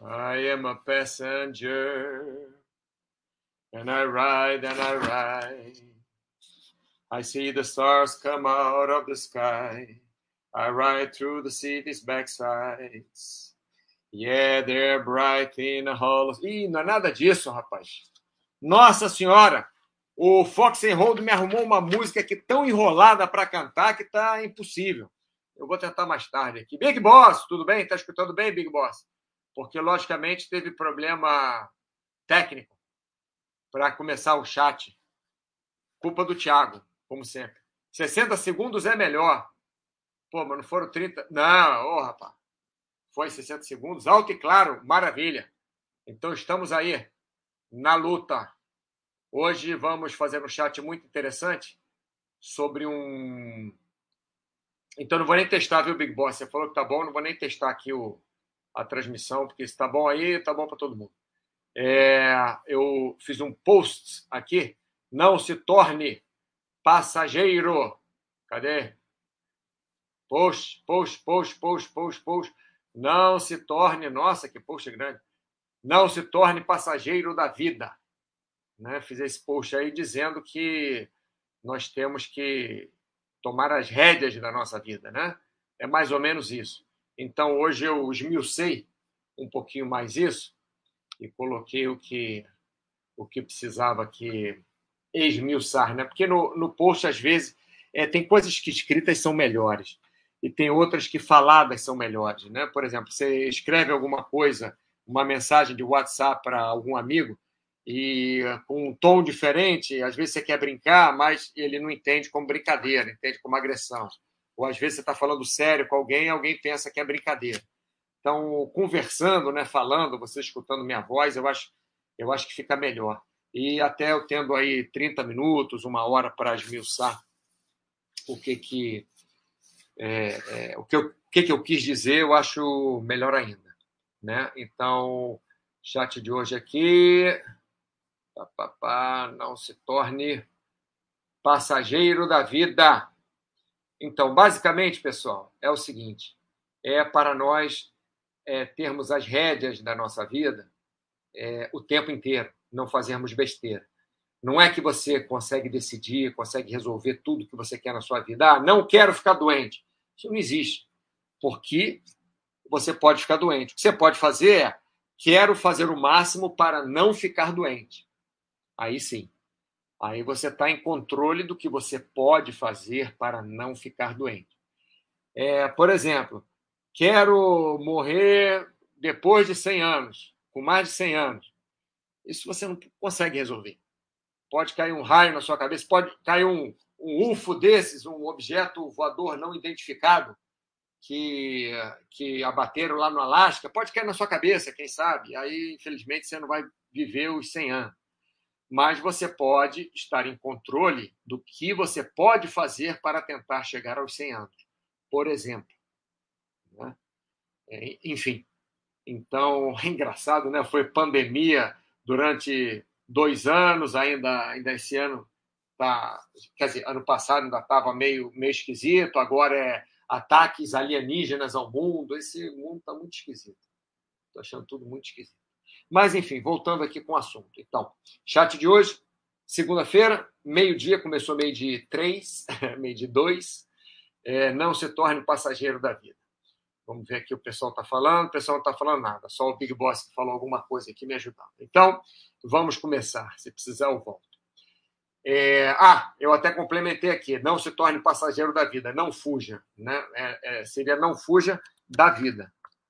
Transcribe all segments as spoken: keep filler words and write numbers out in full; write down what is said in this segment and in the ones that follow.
I am a passenger, and I ride and I ride. I see the stars come out of the sky. I ride through the city's backsides. Yeah, they're bright in the hollows. Ih, não é nada disso, rapaz. Nossa Senhora! O Fox and Hold me arrumou uma música aqui tão enrolada para cantar que tá impossível. Eu vou tentar mais tarde aqui. Big Boss, tudo bem? Tá escutando bem, Big Boss? Porque, logicamente, teve problema técnico para começar o chat. Culpa do Thiago, como sempre. sessenta segundos é melhor. Pô, mas não foram trinta... Não, ô, rapaz. Foi sessenta segundos, alto e claro, maravilha. Então, estamos aí, na luta. Hoje vamos fazer um chat muito interessante sobre um... Então, não vou nem testar, viu, Big Boss? Você falou que tá bom, não vou nem testar aqui o... a transmissão, porque se tá bom aí, tá bom para todo mundo. É... Eu fiz um post aqui. Não se torne passageiro. Cadê? Post, post, post, post, post, post. Não se torne... Nossa, que post grande. Não se torne passageiro da vida. Né? Fiz esse post aí dizendo que nós temos que tomar as rédeas da nossa vida, né? É mais ou menos isso. Então, hoje eu esmiucei um pouquinho mais isso e coloquei o que, o que precisava aqui esmiuçar, né? Porque no, no post, às vezes, é, tem coisas que escritas são melhores e tem outras que faladas são melhores, né? Por exemplo, você escreve alguma coisa, uma mensagem de WhatsApp para algum amigo e com um tom diferente, às vezes você quer brincar, mas ele não entende como brincadeira, entende como agressão. Ou às vezes você está falando sério com alguém e alguém pensa que é brincadeira. Então, conversando, né, falando, você escutando minha voz, eu acho, eu acho que fica melhor. E até eu tendo aí trinta minutos, uma hora para esmiuçar o que que, é, é, o que, eu, o que que eu quis dizer, eu acho melhor ainda. Né? Então, chat de hoje aqui... Pá, pá, pá, não se torne passageiro da vida. Então, basicamente, pessoal, é o seguinte: é para nós é, termos as rédeas da nossa vida é, o tempo inteiro, não fazermos besteira. Não é que você consegue decidir, consegue resolver tudo que você quer na sua vida. Ah, não quero ficar doente. Isso não existe. Porque você pode ficar doente. O que você pode fazer é: quero fazer o máximo para não ficar doente. Aí sim. Aí você está em controle do que você pode fazer para não ficar doente. É, por exemplo, quero morrer depois de cem anos, com mais de cem anos. Isso você não consegue resolver. Pode cair um raio na sua cabeça, pode cair um, um U F O desses, um objeto voador não identificado que, que abateram lá no Alasca, pode cair na sua cabeça, quem sabe? Aí, infelizmente, você não vai viver os cem anos. Mas você pode estar em controle do que você pode fazer para tentar chegar aos cem anos, por exemplo. Né? Enfim, então, é engraçado, né? Foi pandemia durante dois anos, ainda, ainda esse ano, tá, quer dizer, ano passado ainda estava meio, meio esquisito, agora é ataques alienígenas ao mundo, esse mundo está muito esquisito. Estou achando tudo muito esquisito. Mas, enfim, voltando aqui com o assunto. Então, chat de hoje, segunda-feira, meio-dia, começou meio de três, meio de dois. É, não se torne passageiro da vida. Vamos ver aqui o pessoal está falando. O pessoal não está falando nada. Só o Big Boss que falou alguma coisa aqui me ajudando. Então, vamos começar. Se precisar, eu volto. É, ah, eu até complementei aqui. Não se torne passageiro da vida. Não fuja. Né? É, é, seria não fuja da vida.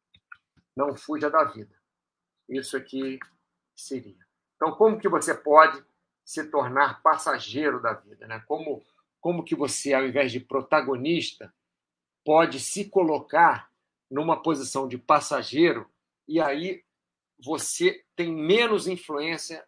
Não fuja da vida. Isso aqui seria. Então, como que você pode se tornar passageiro da vida? Né? Como, como que você, ao invés de protagonista, pode se colocar numa posição de passageiro e aí você tem menos influência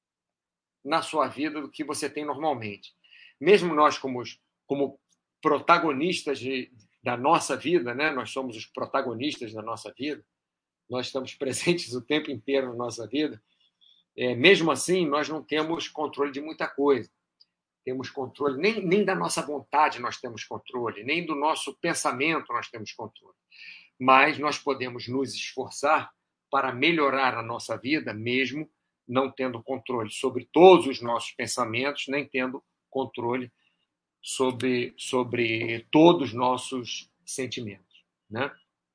na sua vida do que você tem normalmente. Mesmo nós, como, como protagonistas de, da nossa vida, né? Nós somos os protagonistas da nossa vida, nós estamos presentes o tempo inteiro na nossa vida, é, mesmo assim, nós não temos controle de muita coisa. Temos controle, nem, nem da nossa vontade nós temos controle, nem do nosso pensamento nós temos controle. Mas nós podemos nos esforçar para melhorar a nossa vida, mesmo não tendo controle sobre todos os nossos pensamentos, nem tendo controle sobre, sobre todos os nossos sentimentos, né?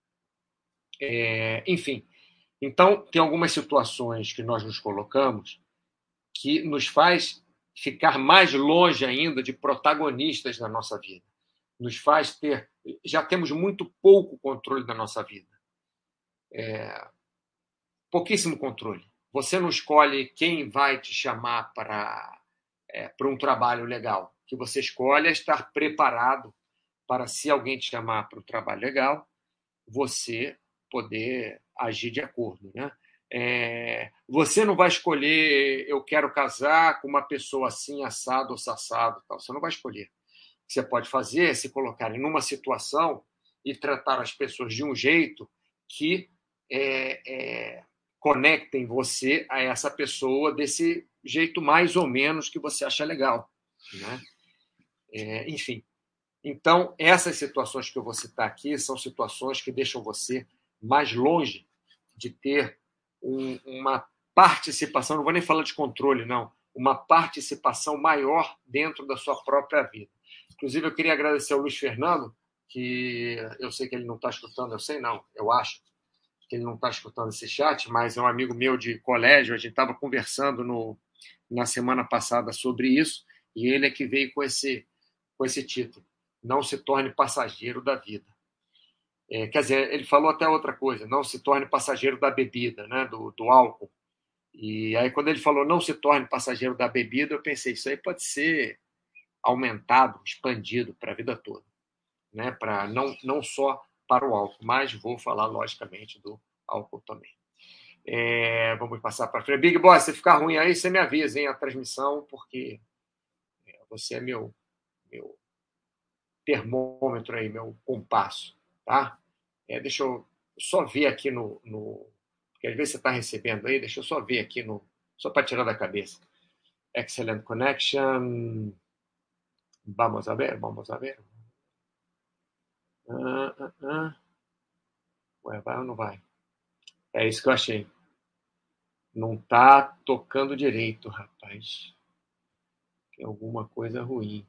É, enfim, então tem algumas situações que nós nos colocamos que nos faz ficar mais longe ainda de protagonistas da nossa vida. Nos faz ter... Já temos muito pouco controle da nossa vida. É, pouquíssimo controle. Você não escolhe quem vai te chamar para, é, para um trabalho legal. O que você escolhe é estar preparado para, se alguém te chamar para um trabalho legal, você poder agir de acordo, né? É, você não vai escolher, eu quero casar com uma pessoa assim, assado ou sassado. Tal. Você não vai escolher. O que você pode fazer é se colocar em uma situação e tratar as pessoas de um jeito que é, é, conectem você a essa pessoa desse jeito mais ou menos que você acha legal, né? É, enfim, então, essas situações que eu vou citar aqui são situações que deixam você mais longe de ter um, uma participação, não vou nem falar de controle, não, uma participação maior dentro da sua própria vida. Inclusive, eu queria agradecer ao Luiz Fernando, que eu sei que ele não está escutando, eu sei não, eu acho que ele não está escutando esse chat, mas é um amigo meu de colégio, a gente estava conversando no, na semana passada sobre isso, e ele é que veio com esse, com esse título. Não se torne passageiro da vida. É, quer dizer, ele falou até outra coisa, não se torne passageiro da bebida, né, do, do álcool. E aí, quando ele falou não se torne passageiro da bebida, eu pensei, isso aí pode ser aumentado, expandido para a vida toda, né, para não, não só para o álcool, mas vou falar, logicamente, do álcool também. É, vamos passar para frente. Big Boss, se ficar ruim aí, você me avisa, hein, a transmissão, porque você é meu, meu termômetro aí, meu compasso, tá? É, deixa eu só ver aqui no, no... Porque às vezes você está recebendo aí, deixa eu só ver aqui no... Só para tirar da cabeça. Excellent connection. Vamos a ver, vamos a ver. Ah, ah, ah. Ué, vai ou não vai? É isso que eu achei. Não tá tocando direito, rapaz. Tem alguma coisa ruim.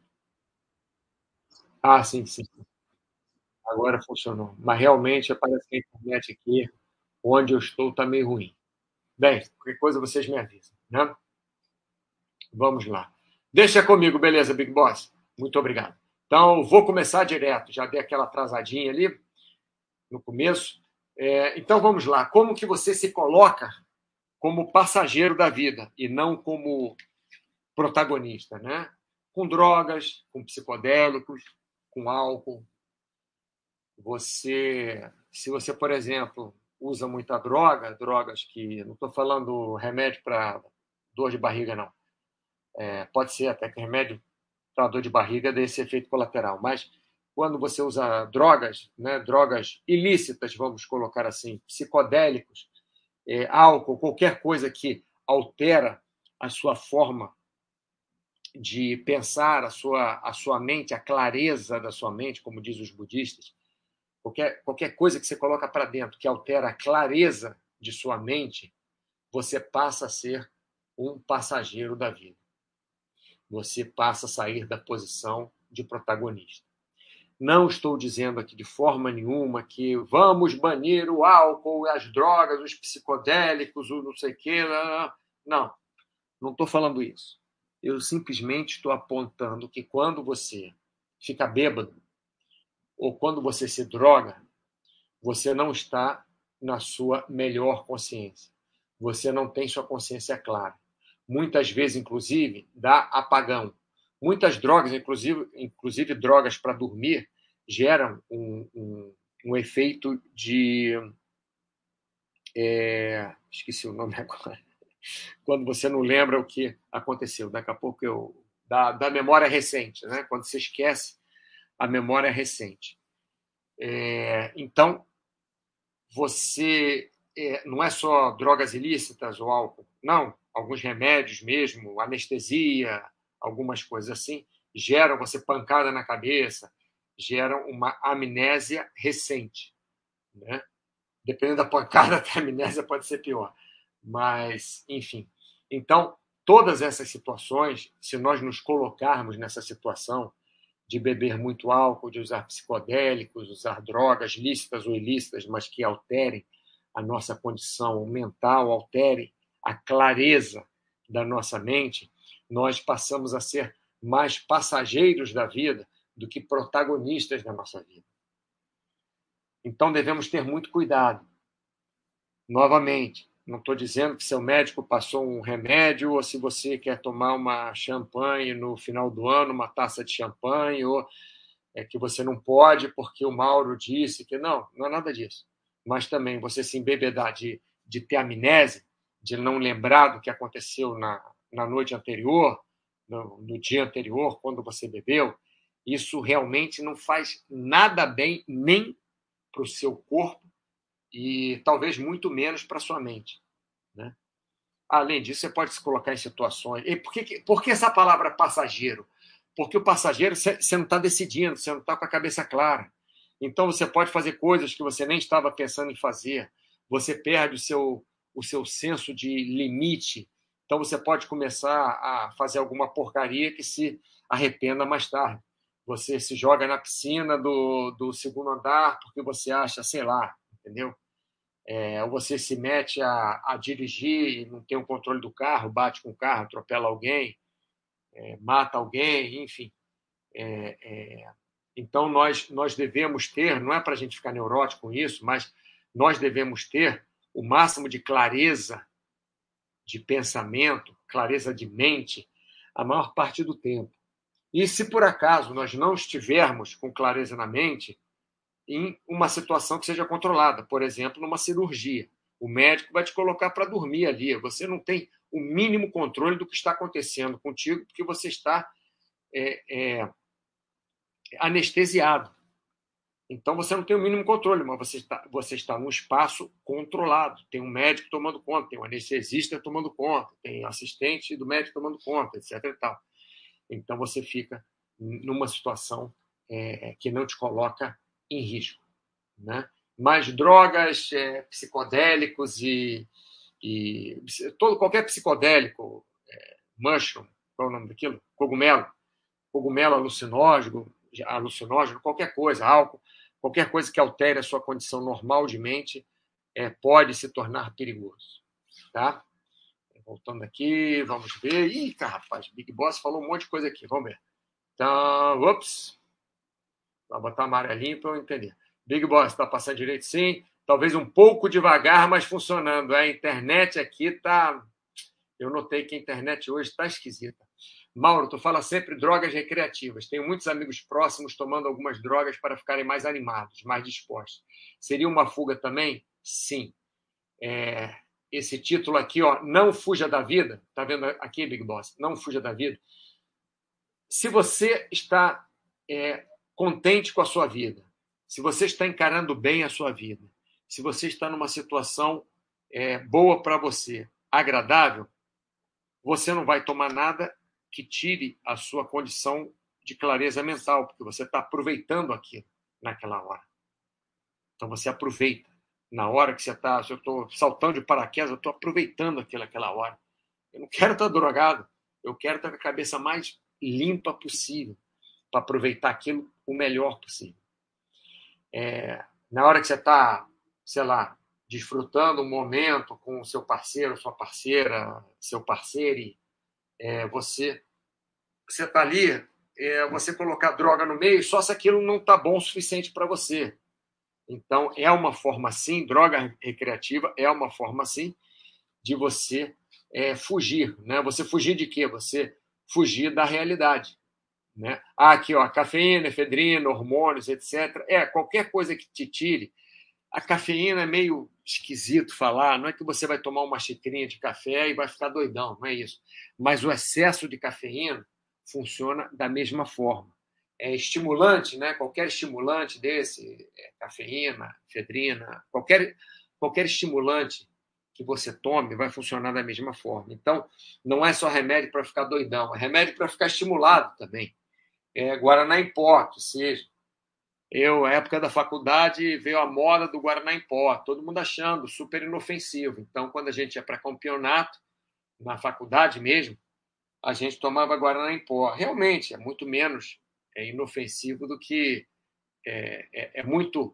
Ah, sim, sim. Agora funcionou. Mas realmente parece que a internet aqui, onde eu estou, está meio ruim. Bem, qualquer coisa vocês me avisam, né? Vamos lá. Deixa comigo, beleza, Big Boss? Muito obrigado. Então, vou começar direto. Já dei aquela atrasadinha ali no começo. É, então, vamos lá. Como que você se coloca como passageiro da vida e não como protagonista, né? Com drogas, com psicodélicos, com álcool. Você, se você, por exemplo, usa muita droga, drogas que... Não estou falando remédio para dor de barriga, não. É, pode ser até que remédio para dor de barriga dê esse efeito colateral, mas quando você usa drogas, né, drogas ilícitas, vamos colocar assim, psicodélicos, é, álcool, qualquer coisa que altera a sua forma de pensar, a sua, a sua mente, a clareza da sua mente, como dizem os budistas, qualquer, qualquer coisa que você coloca para dentro que altera a clareza de sua mente, você passa a ser um passageiro da vida. Você passa a sair da posição de protagonista. Não estou dizendo aqui de forma nenhuma que vamos banir o álcool, as drogas, os psicodélicos, o não sei o quê. Não, não estou falando isso. Eu simplesmente estou apontando que quando você fica bêbado ou quando você se droga, você não está na sua melhor consciência. Você não tem sua consciência clara. Muitas vezes, inclusive, dá apagão. Muitas drogas, inclusive, inclusive drogas para dormir, geram um, um, um efeito de... É, esqueci o nome agora. Quando você não lembra o que aconteceu. Daqui a pouco eu... Da, da memória recente, né? Quando você esquece a memória recente. É, então, você... É, não é só drogas ilícitas ou álcool, não. Alguns remédios mesmo, anestesia, algumas coisas assim, geram você pancada na cabeça, geram uma amnésia recente, né? Dependendo da pancada, a amnésia pode ser pior. Mas, enfim. Então, todas essas situações, se nós nos colocarmos nessa situação de beber muito álcool, de usar psicodélicos, usar drogas lícitas ou ilícitas, mas que alterem a nossa condição mental, alterem a clareza da nossa mente, nós passamos a ser mais passageiros da vida do que protagonistas da nossa vida. Então, devemos ter muito cuidado. Novamente, não estou dizendo que seu médico passou um remédio ou se você quer tomar uma champanhe no final do ano, uma taça de champanhe, ou é que você não pode porque o Mauro disse que não, não é nada disso. Mas também você se embebedar de, de ter amnésia, de não lembrar do que aconteceu na, na noite anterior, no, no dia anterior, quando você bebeu, isso realmente não faz nada bem nem para o seu corpo e talvez muito menos para a sua mente. Né? Além disso, você pode se colocar em situações... E por que, por que essa palavra passageiro? Porque o passageiro, você não está decidindo, você não está com a cabeça clara. Então, você pode fazer coisas que você nem estava pensando em fazer. Você perde o seu, o seu senso de limite. Então, você pode começar a fazer alguma porcaria que se arrependa mais tarde. Você se joga na piscina do, do segundo andar porque você acha, sei lá, entendeu? É, ou você se mete a, a dirigir e não tem o controle do carro, bate com o carro, atropela alguém, é, mata alguém, enfim. É, é, então, nós, nós devemos ter, não é para a gente ficar neurótico com isso, mas nós devemos ter o máximo de clareza de pensamento, clareza de mente, a maior parte do tempo. E se por acaso nós não estivermos com clareza na mente, em uma situação que seja controlada, por exemplo, numa cirurgia. O médico vai te colocar para dormir ali. Você não tem o mínimo controle do que está acontecendo contigo, porque você está é, é, anestesiado. Então, você não tem o mínimo controle, mas você está, você está num espaço controlado. Tem um médico tomando conta, tem um anestesista tomando conta, tem assistente do médico tomando conta, etc. E tal. Então, você fica numa situação é, que não te coloca em risco. Né? Mas drogas, é, psicodélicos e, e todo, qualquer psicodélico, é, mushroom, qual é o nome daquilo? Cogumelo, cogumelo alucinógeno, alucinógeno, qualquer coisa, álcool, qualquer coisa que altere a sua condição normal de mente é, pode se tornar perigoso. Tá? Voltando aqui, vamos ver. Ih, rapaz, Big Boss falou um monte de coisa aqui, vamos ver. Então, ups, vou botar amarelinho para eu entender. Big Boss, está passando direito, sim. Talvez um pouco devagar, mas funcionando. A internet aqui está... Eu notei que a internet hoje está esquisita. Mauro, tu fala sempre drogas recreativas. Tenho muitos amigos próximos tomando algumas drogas para ficarem mais animados, mais dispostos. Seria uma fuga também? Sim. É... Esse título aqui, ó, Não Fuja da Vida. Está vendo aqui, Big Boss? Não Fuja da Vida. Se você está é, contente com a sua vida, se você está encarando bem a sua vida, se você está numa situação é, boa para você, agradável, você não vai tomar nada que tire a sua condição de clareza mental, porque você está aproveitando aquilo naquela hora. Então, você aproveita. Na hora que você está... Se eu estou saltando de paraquedas, eu estou aproveitando aquilo naquela hora. Eu não quero estar drogado. Eu quero estar com a cabeça mais limpa possível para aproveitar aquilo o melhor possível. É, na hora que você está, sei lá, desfrutando um momento com o seu parceiro, sua parceira, seu parceiro, é, você você está ali, é, você colocar droga no meio só se aquilo não está bom o suficiente para você. Então, é uma forma, sim, droga recreativa é uma forma, sim, de você é, fugir. Né? Você fugir de quê? Você fugir da realidade. Né? Ah, aqui, ó, cafeína, efedrina, hormônios, etcétera. É, qualquer coisa que te tire. A cafeína é meio esquisito falar, não é que você vai tomar uma xicrinha de café e vai ficar doidão, não é isso. Mas o excesso de cafeína funciona da mesma forma. É estimulante, né? Qualquer estimulante desse, é, cafeína, efedrina, qualquer, qualquer estimulante que você tome vai funcionar da mesma forma. Então, não é só remédio para ficar doidão, é remédio para ficar estimulado também. É, Guaraná em pó, que seja. Eu, na época da faculdade, veio a moda do Guaraná em pó, todo mundo achando super inofensivo. Então, quando a gente ia para campeonato, na faculdade mesmo, a gente tomava Guaraná em pó. Realmente, é muito menos é, inofensivo do que... É, é, é muito...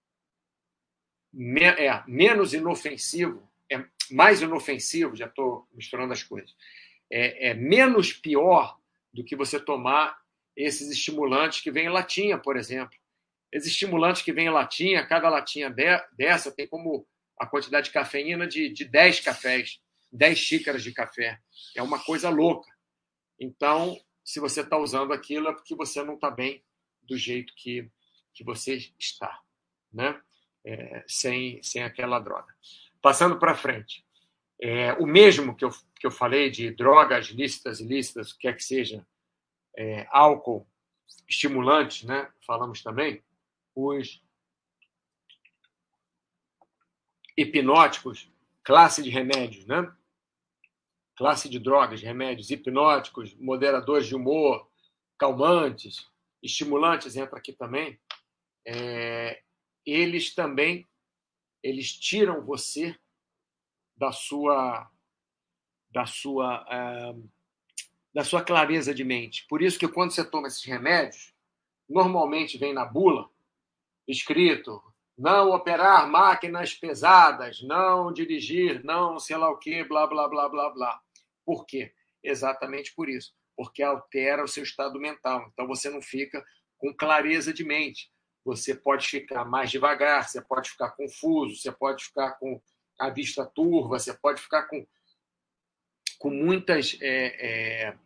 Me, é, menos inofensivo, é mais inofensivo, já estou misturando as coisas, é, é menos pior do que você tomar esses estimulantes que vêm em latinha, por exemplo. Esses estimulantes que vêm em latinha, cada latinha de, dessa tem como a quantidade de cafeína de, de dez cafés, dez xícaras de café. É uma coisa louca. Então, se você está usando aquilo, é porque você não está bem do jeito que, que você está, né? É, sem, sem aquela droga. Passando para frente. É, o mesmo que eu, que eu falei de drogas lícitas, ilícitas, o que quer que seja, é, álcool, estimulantes, né? Falamos também, os hipnóticos, classe de remédios, né? Classe de drogas, remédios hipnóticos, moderadores de humor, calmantes, estimulantes, entra aqui também. É, eles também eles tiram você da sua da sua uh, da sua clareza de mente. Por isso que quando você toma esses remédios, normalmente vem na bula escrito: não operar máquinas pesadas, não dirigir, não sei lá o que, blá, blá, blá, blá, blá. Por quê? Exatamente por isso. Porque altera o seu estado mental. Então, você não fica com clareza de mente. Você pode ficar mais devagar, você pode ficar confuso, você pode ficar com a vista turva, você pode ficar com, com muitas... É, é,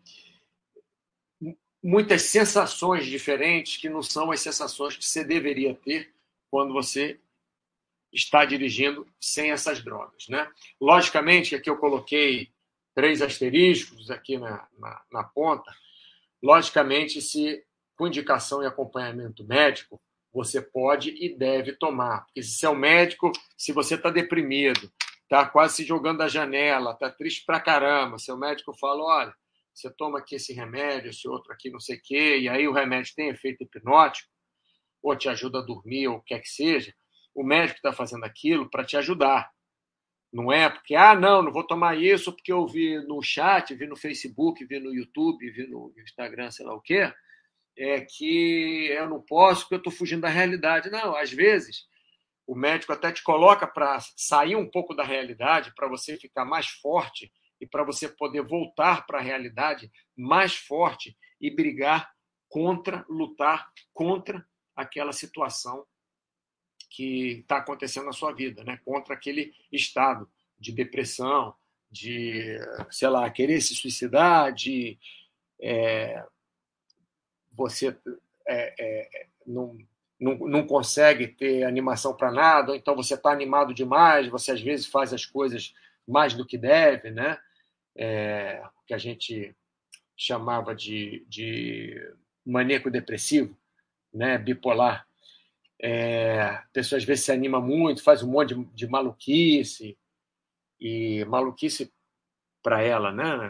muitas sensações diferentes que não são as sensações que você deveria ter quando você está dirigindo sem essas drogas, né? Logicamente, aqui eu coloquei três asteriscos aqui na, na, na ponta. Logicamente, se com indicação e acompanhamento médico, você pode e deve tomar. Porque se é um médico, se você está deprimido, está quase se jogando da janela, está triste pra caramba, seu médico fala, olha, você toma aqui esse remédio, esse outro aqui não sei o quê, e aí o remédio tem efeito hipnótico, ou te ajuda a dormir, ou o que quer que seja, o médico está fazendo aquilo para te ajudar. Não é porque, ah, não, não vou tomar isso porque eu vi no chat, vi no Facebook, vi no YouTube, vi no Instagram, sei lá o quê, é que eu não posso porque eu estou fugindo da realidade. Não, às vezes o médico até te coloca para sair um pouco da realidade, para você ficar mais forte e para você poder voltar para a realidade mais forte e brigar contra, lutar contra aquela situação que está acontecendo na sua vida, né? Contra aquele estado de depressão, de, sei lá, querer se suicidar, de é, você é, é, não, não, não consegue ter animação para nada, ou então você está animado demais, você às vezes faz as coisas mais do que deve, né? É, o que a gente chamava de, de maníaco depressivo, né? Bipolar. É, a pessoa às vezes se anima muito, faz um monte de, de maluquice, e maluquice para ela, né?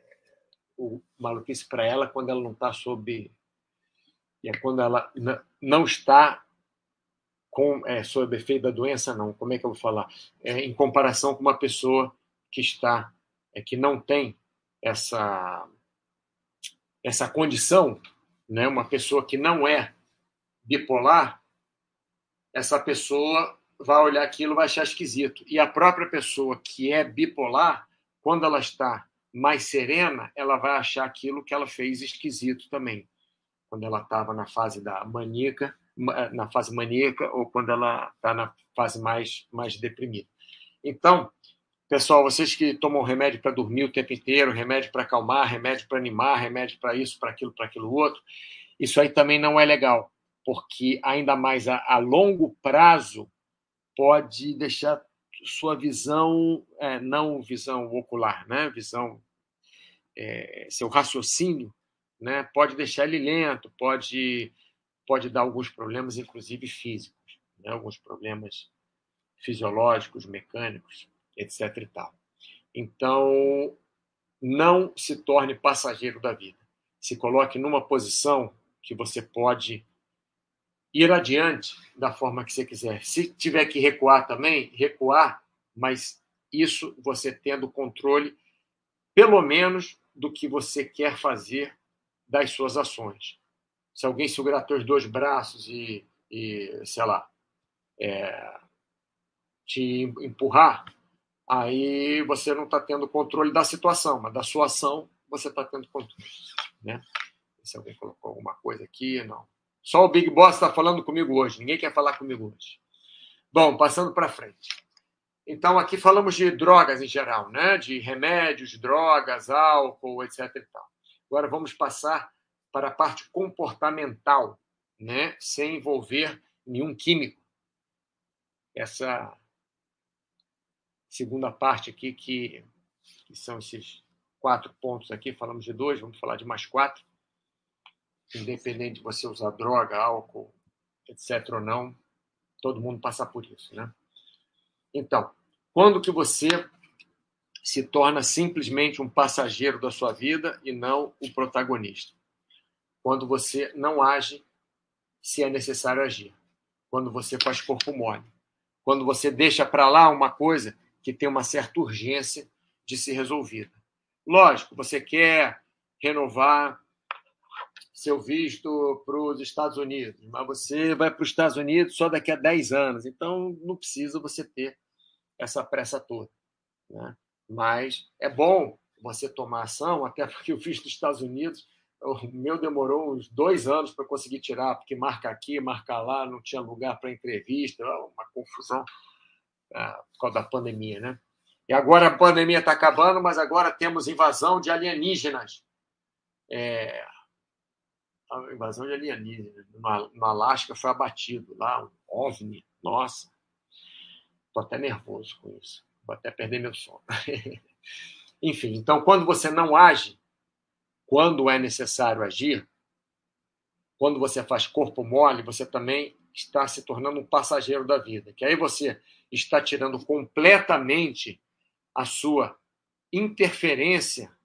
O maluquice para ela quando ela não está sob. É quando ela não está com, é, sob efeito da doença, não. Como é que eu vou falar? É, em comparação com uma pessoa que está, é, que não tem essa, essa condição, né? Uma pessoa que não é bipolar, essa pessoa vai olhar aquilo e vai achar esquisito. E a própria pessoa que é bipolar, quando ela está mais serena, ela vai achar aquilo que ela fez esquisito também. Quando ela estava na fase da maníaca, na fase maníaca, ou quando ela está na fase mais, mais deprimida. Então, pessoal, vocês que tomam remédio para dormir o tempo inteiro, remédio para acalmar, remédio para animar, remédio para isso, para aquilo, para aquilo outro, isso aí também não é legal, porque ainda mais a, a longo prazo pode deixar sua visão, é, não visão ocular, né? Visão, é, seu raciocínio, né? Pode deixar ele lento, pode, pode dar alguns problemas, inclusive físicos, né? Alguns problemas fisiológicos, mecânicos, etc. E tal. Então, não se torne passageiro da vida. Se coloque numa posição que você pode ir adiante da forma que você quiser. Se tiver que recuar também, recuar, mas isso você tendo controle, pelo menos, do que você quer fazer das suas ações. Se alguém segurar teus dois braços e, e sei lá, é, te empurrar, aí você não está tendo controle da situação, mas da sua ação você está tendo controle. Né? Se alguém colocou alguma coisa aqui, não. Só o Big Boss está falando comigo hoje, ninguém quer falar comigo hoje. Bom, passando para frente. Então, aqui falamos de drogas em geral, né? De remédios, drogas, álcool, etc. E tal. Agora vamos passar para a parte comportamental, né? Sem envolver nenhum químico. Essa segunda parte aqui, que, que são esses quatro pontos aqui, falamos de dois, vamos falar de mais quatro. Independente de você usar droga, álcool, etc ou não, todo mundo passa por isso, né? Então, quando que você se torna simplesmente um passageiro da sua vida e não o protagonista? Quando você não age se é necessário agir. Quando você faz corpo mole. Quando você deixa para lá uma coisa que tem uma certa urgência de ser resolvida. Lógico, você quer renovar seu visto para os Estados Unidos, mas você vai para os Estados Unidos só daqui a dez anos, então não precisa você ter essa pressa toda. Né? Mas é bom você tomar ação, até porque o visto dos Estados Unidos, o meu demorou uns dois anos para conseguir tirar, porque marca aqui, marca lá, não tinha lugar para entrevista, uma confusão por causa da pandemia. Né? E agora a pandemia está acabando, mas agora temos invasão de alienígenas. É, a invasão de alienígenas. No Alasca foi abatido lá, um OVNI. Nossa, estou até nervoso com isso. Vou até perder meu sono. Enfim, então, quando você não age, quando é necessário agir, quando você faz corpo mole, você também está se tornando um passageiro da vida. Que aí você está tirando completamente a sua interferência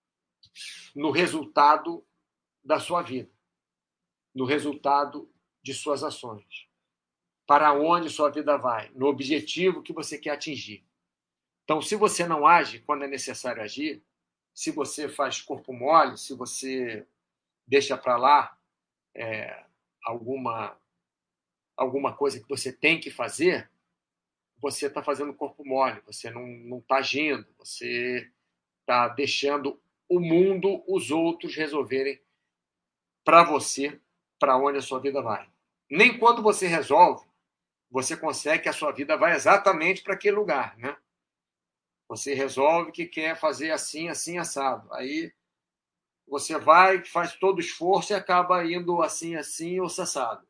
no resultado da sua vida, no resultado de suas ações. Para onde sua vida vai, no objetivo que você quer atingir. Então, se você não age quando é necessário agir, se você faz corpo mole, se você deixa para lá é, alguma, alguma coisa que você tem que fazer, você está fazendo corpo mole, você não está agindo, você está deixando o mundo, os outros resolverem para você para onde a sua vida vai. Nem quando você resolve, você consegue que a sua vida vá exatamente para aquele lugar, né? Você resolve que quer fazer assim, assim, assado. Aí você vai, faz todo o esforço e acaba indo assim, assim, ou assado.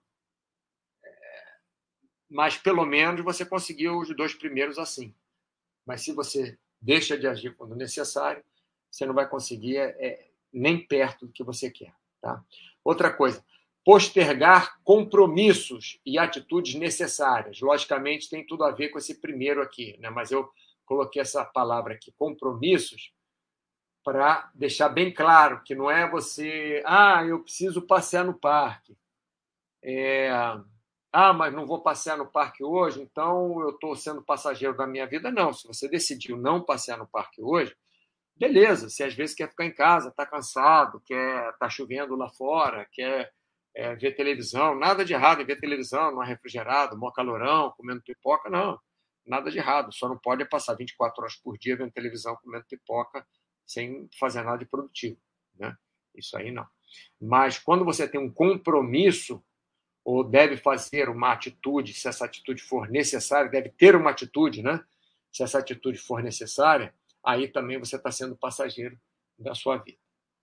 É, mas, pelo menos, você conseguiu os dois primeiros assim. Mas se você deixa de agir quando necessário, você não vai conseguir é, nem perto do que você quer. Tá? Outra coisa, postergar compromissos e atitudes necessárias. Logicamente, tem tudo a ver com esse primeiro aqui, né? Mas eu coloquei essa palavra aqui, compromissos, para deixar bem claro que não é você, ah, eu preciso passear no parque. É, ah, mas não vou passear no parque hoje, então eu estou sendo passageiro da minha vida. Não, se você decidiu não passear no parque hoje, beleza, se às vezes quer ficar em casa, está cansado, quer está chovendo lá fora, quer é, ver televisão, nada de errado em ver televisão, não é refrigerado, mó calorão, comendo pipoca, não, nada de errado, só não pode passar vinte e quatro horas por dia vendo televisão, comendo pipoca, sem fazer nada de produtivo, né? Isso aí não. Mas quando você tem um compromisso ou deve fazer uma atitude, se essa atitude for necessária, deve ter uma atitude, né? Se essa atitude for necessária, aí também você está sendo passageiro da sua vida.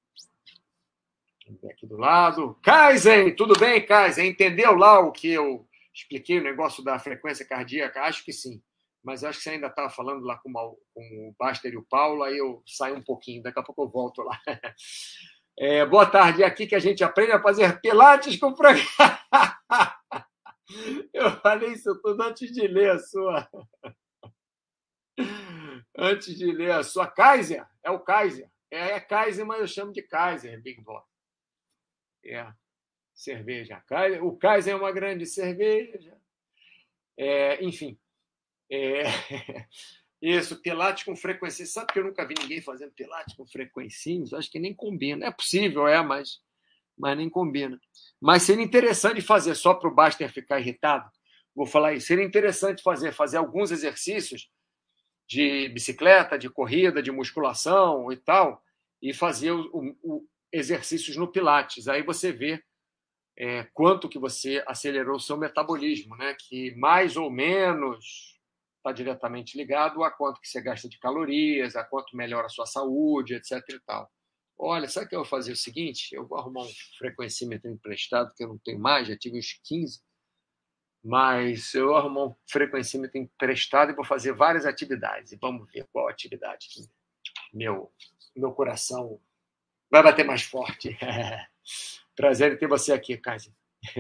Aqui do lado. Kaizen, tudo bem, Kaizen? Entendeu lá o que eu expliquei, o negócio da frequência cardíaca? Acho que sim. Mas acho que você ainda estava falando lá com, com o Baster e o Paulo, aí eu saio um pouquinho, daqui a pouco eu volto lá. É, boa tarde, é aqui que a gente aprende a fazer pilates com programa. Eu falei isso tudo antes de ler a sua. Antes de ler a sua. Kaiser, é o Kaiser. É, é Kaiser, mas eu chamo de Kaiser, Big Boss. É. cerveja. O Kaiser é uma grande cerveja. É, enfim. É... Isso, pilates com frequência. Sabe que eu nunca vi ninguém fazendo pilates com frequencinhos? Acho que nem combina. É possível, é, mas, mas nem combina. Mas seria interessante fazer só para o Baster ficar irritado. Vou falar isso. Seria interessante fazer, fazer alguns exercícios de bicicleta, de corrida, de musculação e tal, e fazer o, o, o exercícios no Pilates. Aí você vê é, quanto que você acelerou o seu metabolismo, né? Que mais ou menos está diretamente ligado a quanto que você gasta de calorias, a quanto melhora a sua saúde, etc e tal. Olha, sabe o que eu vou fazer? O seguinte, eu vou arrumar um frequencímetro emprestado, que eu não tenho mais, já tive uns quinze, mas eu arrumo um frequencímetro emprestado e vou fazer várias atividades. E vamos ver qual atividade que meu, meu coração vai bater mais forte. Prazer em ter você aqui, Cássio.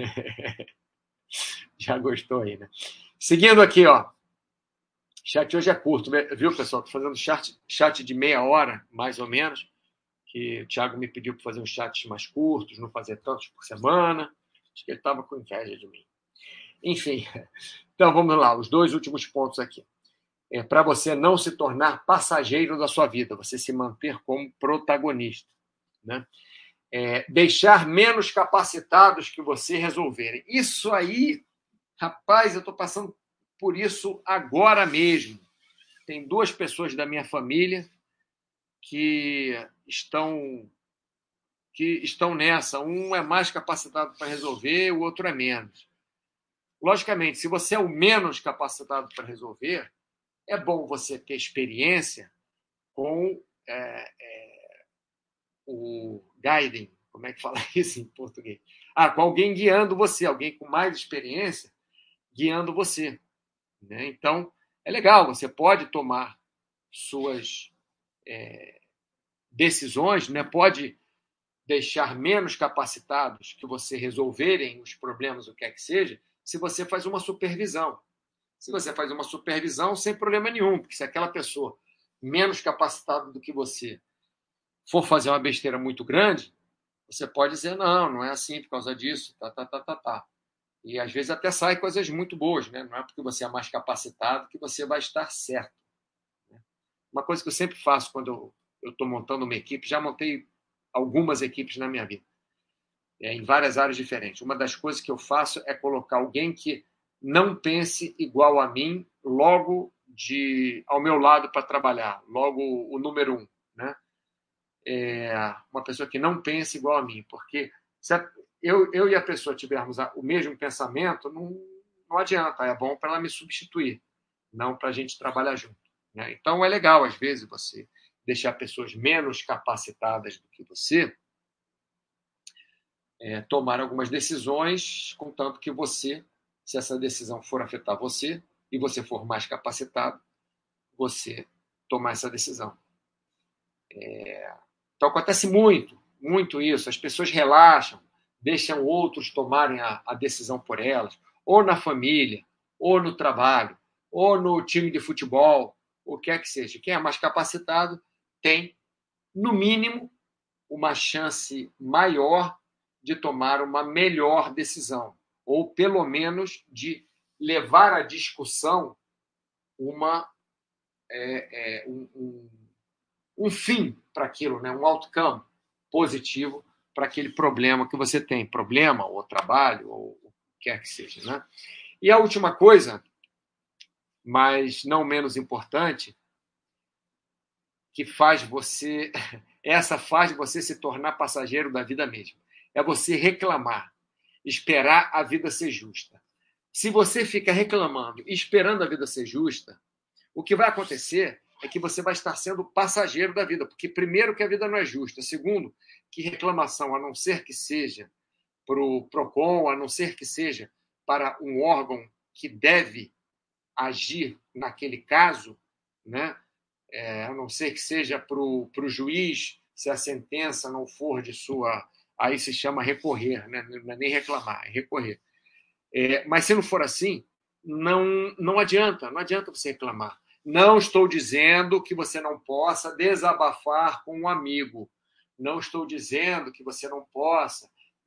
Já gostou aí, né? Seguindo aqui, ó. Chat hoje é curto, viu, pessoal? Estou fazendo chat, chat de meia hora, mais ou menos, que o Thiago me pediu para fazer uns chats mais curtos, não fazer tantos por semana. Acho que ele estava com inveja de mim. Enfim, então vamos lá, os dois últimos pontos aqui. É para você não se tornar passageiro da sua vida, você se manter como protagonista, né? É, deixar menos capacitados que você resolverem. Isso aí, rapaz, eu estou passando por isso agora mesmo. Tem duas pessoas da minha família que estão, que estão nessa. Um é mais capacitado para resolver, o outro é menos. Logicamente, se você é o menos capacitado para resolver, é bom você ter experiência com é, é, o guiding, como é que fala isso em português? Ah, com alguém guiando você, alguém com mais experiência guiando você, né? Então, é legal, você pode tomar suas é, decisões, né? Pode deixar menos capacitados que você resolverem os problemas, o que é que seja, se você faz uma supervisão. Se você faz uma supervisão, sem problema nenhum, porque se aquela pessoa menos capacitada do que você for fazer uma besteira muito grande, você pode dizer, não, não é assim por causa disso, tá, tá, tá, tá, tá. E às vezes até sai coisas muito boas, né? Não é porque você é mais capacitado que você vai estar certo. Uma coisa que eu sempre faço quando eu estou montando uma equipe, já montei algumas equipes na minha vida, é, em várias áreas diferentes. Uma das coisas que eu faço é colocar alguém que não pense igual a mim logo de ao meu lado para trabalhar, logo o número um, né? É uma pessoa que não pense igual a mim, porque se a, eu, eu e a pessoa tivermos a, o mesmo pensamento, não, não adianta, é bom para ela me substituir, não para a gente trabalhar junto, né? Então é legal, às vezes, você deixar pessoas menos capacitadas do que você é, tomar algumas decisões, contanto que você, se essa decisão for afetar você e você for mais capacitado, você tomar essa decisão. É, então acontece muito, muito isso. As pessoas relaxam, deixam outros tomarem a, a decisão por elas, ou na família, ou no trabalho, ou no time de futebol, o que é que seja. Quem é mais capacitado tem, no mínimo, uma chance maior de tomar uma melhor decisão, ou pelo menos de levar à discussão uma, é, é, um, um, um fim para aquilo, né? Um outcome positivo para aquele problema que você tem, problema ou trabalho, ou o que quer que seja, né? E a última coisa, mas não menos importante, que faz você, essa faz você se tornar passageiro da vida mesmo, é você reclamar, esperar a vida ser justa. Se você fica reclamando, esperando a vida ser justa, o que vai acontecer é que você vai estar sendo passageiro da vida, porque primeiro que a vida não é justa, segundo que reclamação, a não ser que seja para o PROCON, a não ser que seja para um órgão que deve agir naquele caso, né? É, a não ser que seja para o juiz, se a sentença não for de sua... Aí se chama recorrer, né? Não é nem reclamar, é recorrer. É, mas se não for assim, não, não adianta, não adianta você reclamar. Não estou dizendo que você não possa desabafar com um amigo. Não estou dizendo que você não possa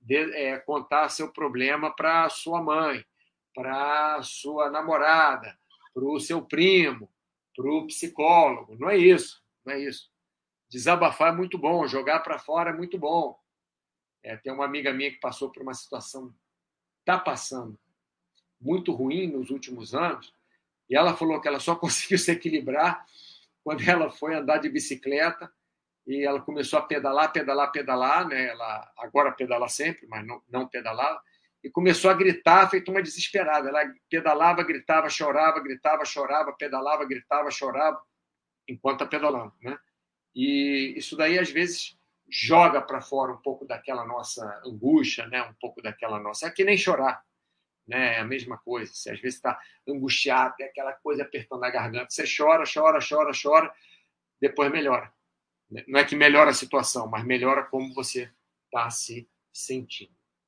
de, é, contar seu problema para sua mãe, para sua namorada, para o seu primo, para o psicólogo. Não é isso, não é isso. Desabafar é muito bom, jogar para fora é muito bom. É, tem uma amiga minha que passou por uma situação, está passando, muito ruim nos últimos anos, e ela falou que ela só conseguiu se equilibrar quando ela foi andar de bicicleta e ela começou a pedalar, pedalar, pedalar, né? Ela agora pedala sempre, mas não, não pedalava, e começou a gritar, feito uma desesperada. Ela pedalava, gritava, chorava, gritava, chorava, pedalava, gritava, chorava, enquanto está pedalando, né? E isso daí, às vezes, joga para fora um pouco daquela nossa angústia, né? Um pouco daquela nossa... É que nem chorar, né? É a mesma coisa. Você, às vezes, está angustiado, tem aquela coisa apertando a garganta. Você chora, chora, chora, chora, depois melhora. Não é que melhora a situação, mas melhora como você está se sentindo.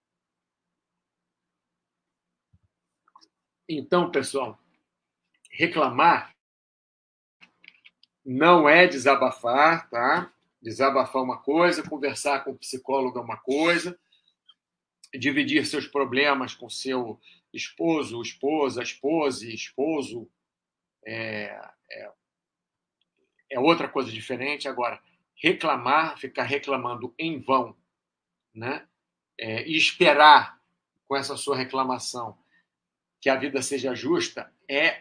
Então, pessoal, reclamar não é desabafar, tá? Desabafar é uma coisa, conversar com o psicólogo é uma coisa, dividir seus problemas com seu esposo, esposa, esposa, esposo é, é, é outra coisa diferente. Agora, reclamar, ficar reclamando em vão, né? É, e esperar com essa sua reclamação que a vida seja justa é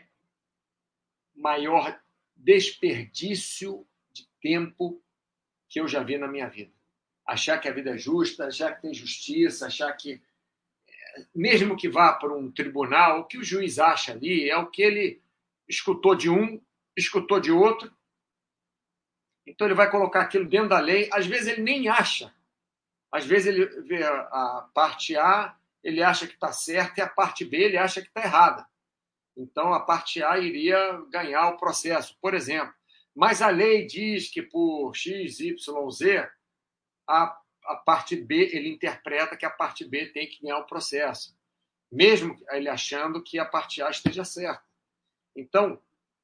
maior desperdício de tempo que eu já vi na minha vida. Achar que a vida é justa, achar que tem justiça, achar que, mesmo que vá para um tribunal, o que o juiz acha ali é o que ele escutou de um, escutou de outro, então ele vai colocar aquilo dentro da lei. Às vezes ele nem acha, às vezes ele vê a parte A, ele acha que está certa, e a parte B ele acha que está errada. Então, a parte A iria ganhar o processo, por exemplo. Mas a lei diz que por X, Y, Z, a, a parte B, ele interpreta que a parte B tem que ganhar o processo, mesmo ele achando que a parte A esteja certa. Então,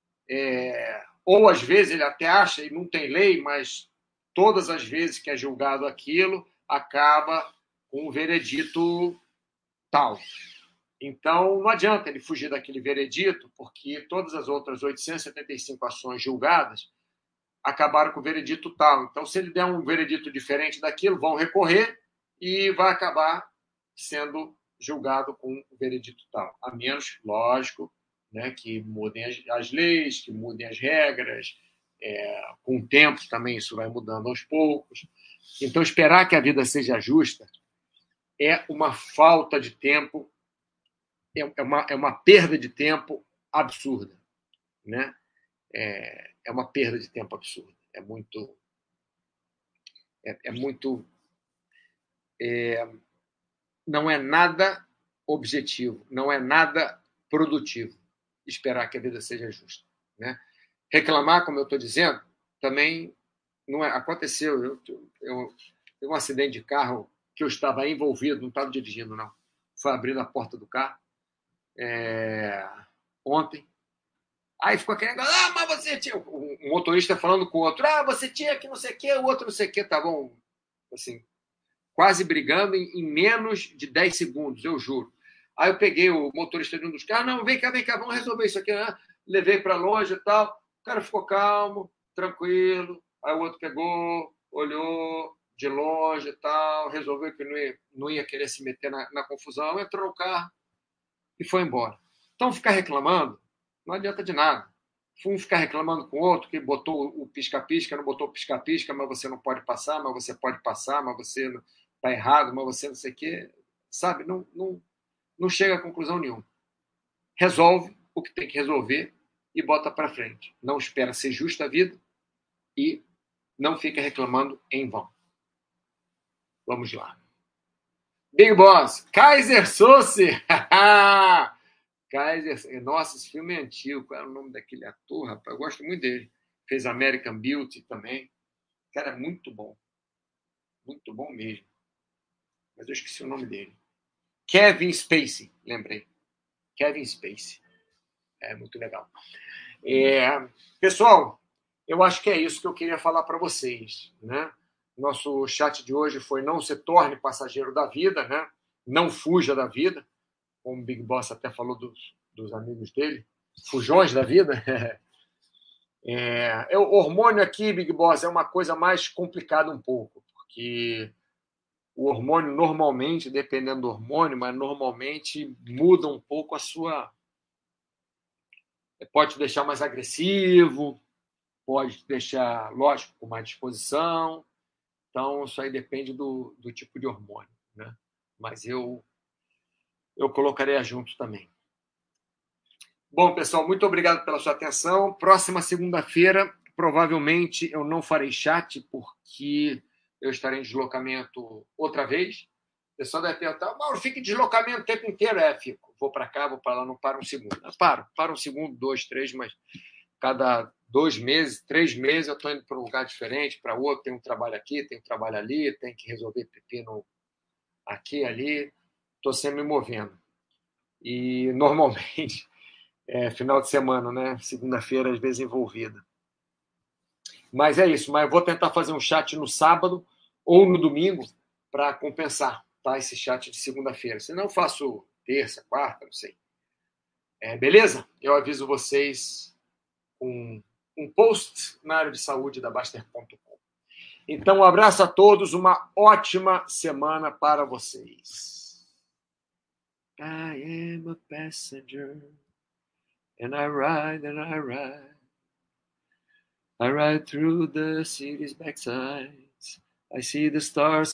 é, ou às vezes ele até acha, e não tem lei, mas todas as vezes que é julgado aquilo, acaba com um veredito tal. Então, não adianta ele fugir daquele veredito, porque todas as outras oitocentas e setenta e cinco ações julgadas acabaram com o veredito tal. Então, se ele der um veredito diferente daquilo, vão recorrer e vai acabar sendo julgado com o veredito tal. A menos, lógico, né, que mudem as, as leis, que mudem as regras. É, com o tempo também isso vai mudando aos poucos. Então, esperar que a vida seja justa é uma falta de tempo, é uma, é uma perda de tempo absurda, né? É, é uma perda de tempo absurda. É muito, é, é muito, é, não é nada objetivo, não é nada produtivo esperar que a vida seja justa, né? Reclamar, como eu estou dizendo, também não é. Aconteceu. Eu, eu, eu um acidente de carro que eu estava envolvido, não estava dirigindo, não. Foi abrindo a porta do carro é, ontem. Aí ficou aquele negócio, ah, mas você tinha... Um motorista falando com o outro, ah, você tinha que não sei o quê, o outro não sei o quê, tá bom? Assim, quase brigando em, em menos de dez segundos, eu juro. Aí eu peguei o motorista de um dos carros, não, vem cá, vem cá, vamos resolver isso aqui, né? Levei para longe e tal, o cara ficou calmo, tranquilo, aí o outro pegou, olhou de longe e tal, resolveu que não ia, não ia querer se meter na, na confusão, entrou no carro e foi embora. Então, ficar reclamando não adianta de nada. Um ficar reclamando com o outro que botou o pisca-pisca, não botou o pisca-pisca, mas você não pode passar, mas você pode passar, mas você está errado, mas você não sei o quê. Sabe? Não, não, não chega a conclusão nenhuma. Resolve o que tem que resolver e bota para frente. Não espera ser justa a vida e não fica reclamando em vão. Vamos lá. Big Boss, Kaiser Soze! Kaiser, nossa, esse filme é antigo. Qual era o nome daquele ator, rapaz? Eu gosto muito dele. Fez American Beauty também. Cara, é muito bom. Muito bom mesmo. Mas eu esqueci o nome dele. Kevin Spacey, lembrei. Kevin Spacey. É muito legal. É, pessoal, eu acho que é isso que eu queria falar para vocês, né? Nosso chat de hoje foi: não se torne passageiro da vida, né? Não fuja da vida, como o Big Boss até falou dos, dos amigos dele, fujões da vida. É, o hormônio aqui, Big Boss, é uma coisa mais complicada um pouco, porque o hormônio normalmente, dependendo do hormônio, mas normalmente muda um pouco a sua... Pode te deixar mais agressivo, pode te deixar, lógico, com mais disposição. Então, isso aí depende do, do tipo de hormônio, né? Mas eu, eu colocaria junto também. Bom, pessoal, muito obrigado pela sua atenção. Próxima segunda-feira, provavelmente eu não farei chat, porque eu estarei em deslocamento outra vez. O pessoal deve perguntar: Mauro, fica em deslocamento o tempo inteiro? É, fico. Vou para cá, vou para lá, não paro um segundo. Eu paro, paro um segundo, dois, três, mas cada dois meses, três meses, eu estou indo para um lugar diferente, para outro. Tem um trabalho aqui, tem um trabalho ali, tem que resolver pepino aqui, ali. Estou sempre me movendo. E, normalmente, é final de semana, né? Segunda-feira, às vezes, envolvida. Mas é isso. Mas eu vou tentar fazer um chat no sábado ou no domingo para compensar, tá? Esse chat de segunda-feira. Senão eu faço terça, quarta, não sei. É, beleza? Eu aviso vocês com um post na área de saúde da Baster ponto com. Então, um abraço a todos, uma ótima semana para vocês. I am a passenger, and I ride and I ride. I ride through the city's backsides. I see the stars